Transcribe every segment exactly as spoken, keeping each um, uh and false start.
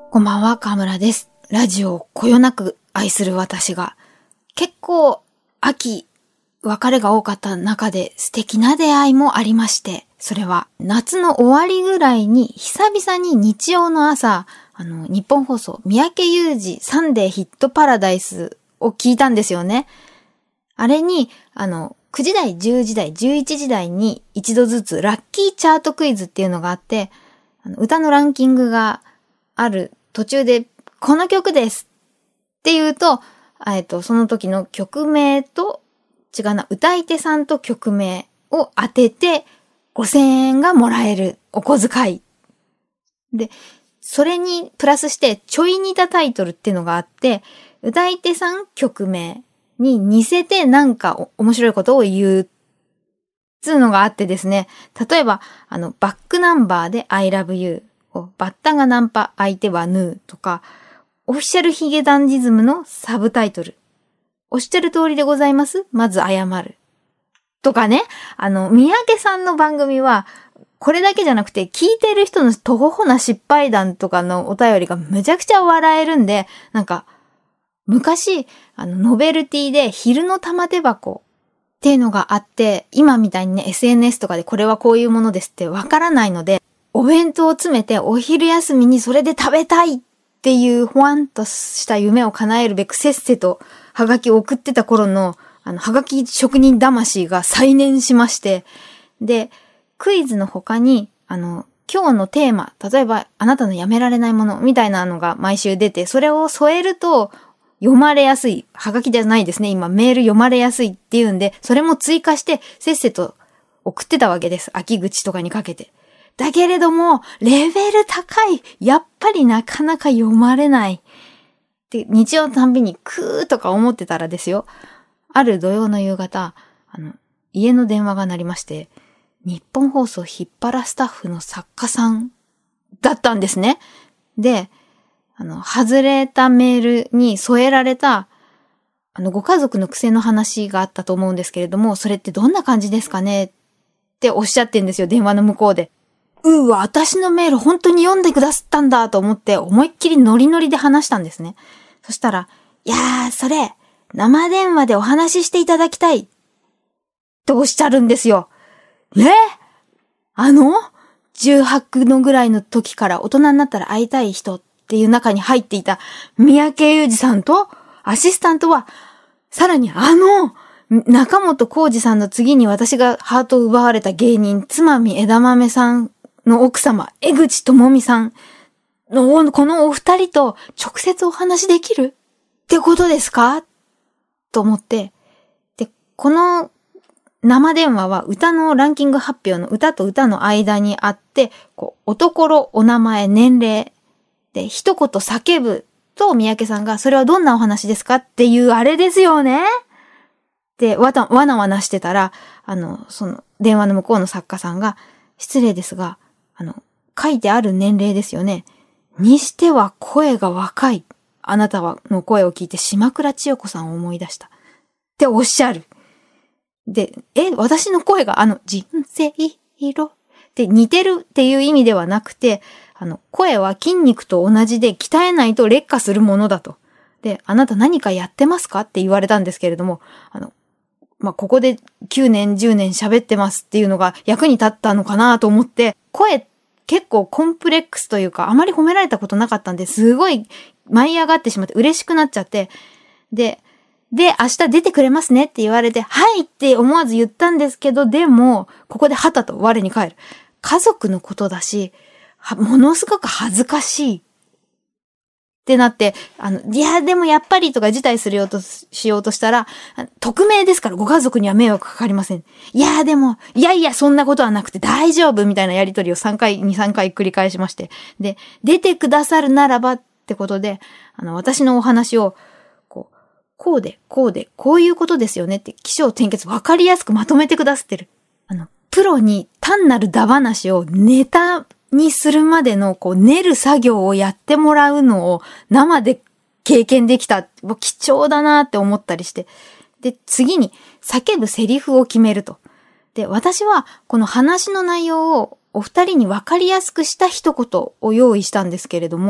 こんばんは、河村です。ラジオをこよなく愛する私が、結構秋、別れが多かった中で素敵な出会いもありまして、それは夏の終わりぐらいに久々に日曜の朝、あの、日本放送、三宅裕司サンデーヒットパラダイスを聞いたんですよね。あれに、あの、くじ台、じゅうじ台、じゅういちじ台に一度ずつラッキーチャートクイズっていうのがあって、あの歌のランキングがある途中で、この曲ですって言うと、えっと、その時の曲名と、違うな、歌い手さんと曲名を当てて、ごせんえんがもらえるお小遣い。で、それにプラスしてちょい似たタイトルっていうのがあって、歌い手さん曲名に似せてなんか面白いことを言うつうのがあってですね。例えば、あの、バックナンバーで I love you をバッタがナンパ相手はヌーとか、オフィシャルヒゲダンディズムのサブタイトル。おっしゃる通りでございます。まず謝る。とかね。あの、三宅さんの番組は、これだけじゃなくて、聞いてる人のとほほな失敗談とかのお便りがめちゃくちゃ笑えるんで、なんか、昔、あの、ノベルティで昼の玉手箱っていうのがあって、今みたいにね、エスエヌエス とかでこれはこういうものですってわからないので、お弁当を詰めてお昼休みにそれで食べたいっていうほわんとした夢を叶えるべくせっせとハガキを送ってた頃の、あの、ハガキ職人魂が再燃しまして、で、クイズの他に、あの、今日のテーマ、例えば、あなたのやめられないものみたいなのが毎週出て、それを添えると読まれやすい、ハガキじゃないですね、今メール読まれやすいっていうんで、それも追加してせっせと送ってたわけです。秋口とかにかけて。だけれども、レベル高い。やっぱりなかなか読まれない。で、日曜のたんびにクーとか思ってたらですよ。ある土曜の夕方、あの、家の電話が鳴りまして、日本放送引っ張らスタッフの作家さんだったんですね。で、あの、外れたメールに添えられた、あの、ご家族の癖の話があったと思うんですけれども、それってどんな感じですかねっておっしゃってんですよ、電話の向こうで。うわ、私のメール本当に読んでくださったんだと思って思いっきりノリノリで話したんですね。そしたら、いやー、それ、生電話でお話ししていただきたい。とおっしゃるんですよ。えあの ?じゅうはち のぐらいの時から大人になったら会いたい人っていう中に入っていた三宅裕司さんとアシスタントは、さらにあの、中本浩二さんの次に私がハートを奪われた芸人、つまみ枝豆さんの奥様、江口智美さんのこのお二人と直接お話できるってことですかと思って、で、この生電話は歌のランキング発表の歌と歌の間にあって、こう、おところ、お名前、年齢で一言叫ぶと三宅さんが、それはどんなお話ですかっていうあれですよね。で、わた、わなわなしてたら、あの、その電話の向こうの作家さんが、失礼ですが、あの、書いてある年齢ですよね。にしては声が若い。あなたの声を聞いて島倉千代子さんを思い出した。っておっしゃる。で、え、私の声があの、人生色って似てるっていう意味ではなくて、あの、声は筋肉と同じで鍛えないと劣化するものだと。で、あなた何かやってますかって言われたんですけれども、あの、まあ、ここできゅうねん、じゅうねん喋ってますっていうのが役に立ったのかなと思って、声結構コンプレックスというか、あまり褒められたことなかったんで、すごい舞い上がってしまって嬉しくなっちゃって、で、で、明日出てくれますねって言われて、はいって思わず言ったんですけど、でも、ここではたと我に返る。家族のことだし、ものすごく恥ずかしい。ってなって、あの、いや、でもやっぱりとか辞退するようとしようとしたら、匿名ですからご家族には迷惑かかりません。いや、でも、いやいや、そんなことはなくて大丈夫みたいなやりとりをさんかい、に、さんかい繰り返しまして。で、出てくださるならばってことで、あの、私のお話を、こう、こうで、こうで、こういうことですよねって、起承転結わかりやすくまとめてくださってる。あの、プロに単なるダ話をネタにするまでの、こう、練る作業をやってもらうのを生で経験できた。貴重だなって思ったりして。で、次に、叫ぶセリフを決めると。で、私は、この話の内容をお二人に分かりやすくした一言を用意したんですけれども、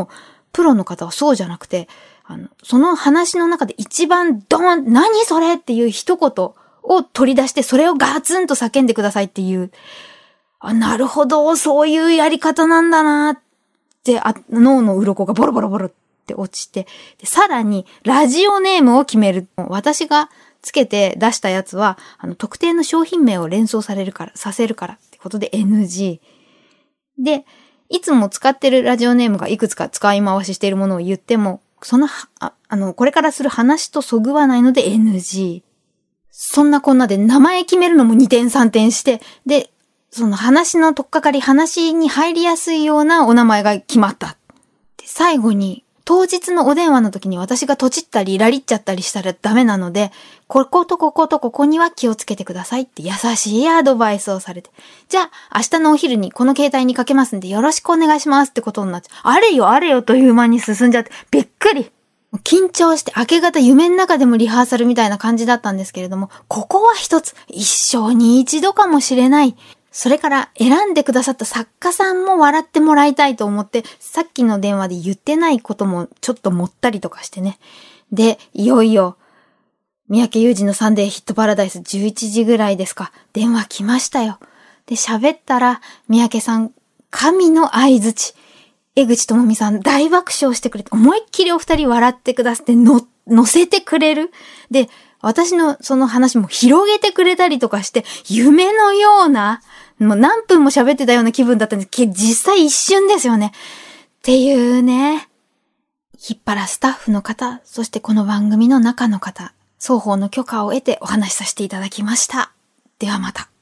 プロの方はそうじゃなくて、あの、その話の中で一番ドーン、何それっていう一言を取り出して、それをガツンと叫んでくださいっていう、あ、なるほど、そういうやり方なんだなって、あ、脳の鱗がボロボロボロって落ちて、で、さらに、ラジオネームを決める。私がつけて出したやつは、あの、特定の商品名を連想されるから、させるからってことで エヌジー。で、いつも使ってるラジオネームがいくつか使い回ししているものを言っても、その、あ、あの、これからする話とそぐわないので エヌジー。そんなこんなで名前決めるのもにてんさんてんして、で、その話のとっかかり、話に入りやすいようなお名前が決まった。で、最後に、当日のお電話の時に私がとちったり、ラリっちゃったりしたらダメなので、こことこことここには気をつけてくださいって優しいアドバイスをされて。じゃあ、明日のお昼にこの携帯にかけますんでよろしくお願いしますってことになっちゃう。あれよあれよという間に進んじゃって、びっくり。緊張して明け方夢の中でもリハーサルみたいな感じだったんですけれども、ここは一つ、一生に一度かもしれない。それから選んでくださった作家さんも笑ってもらいたいと思って、さっきの電話で言ってないこともちょっと盛ったりとかしてね。で、いよいよ、三宅裕司のサンデーヒットパラダイスじゅういちじぐらいですか。電話来ましたよ。で、喋ったら、三宅さん、神の相槌。江口智美さん大爆笑してくれて、思いっきりお二人笑ってくださって、の、乗せてくれる。で、私のその話も広げてくれたりとかして、夢のような、もう何分も喋ってたような気分だったんですけど、実際一瞬ですよね。っていうね、ヒッパラスタッフの方、そしてこの番組の中の方、双方の許可を得てお話しさせていただきました。ではまた。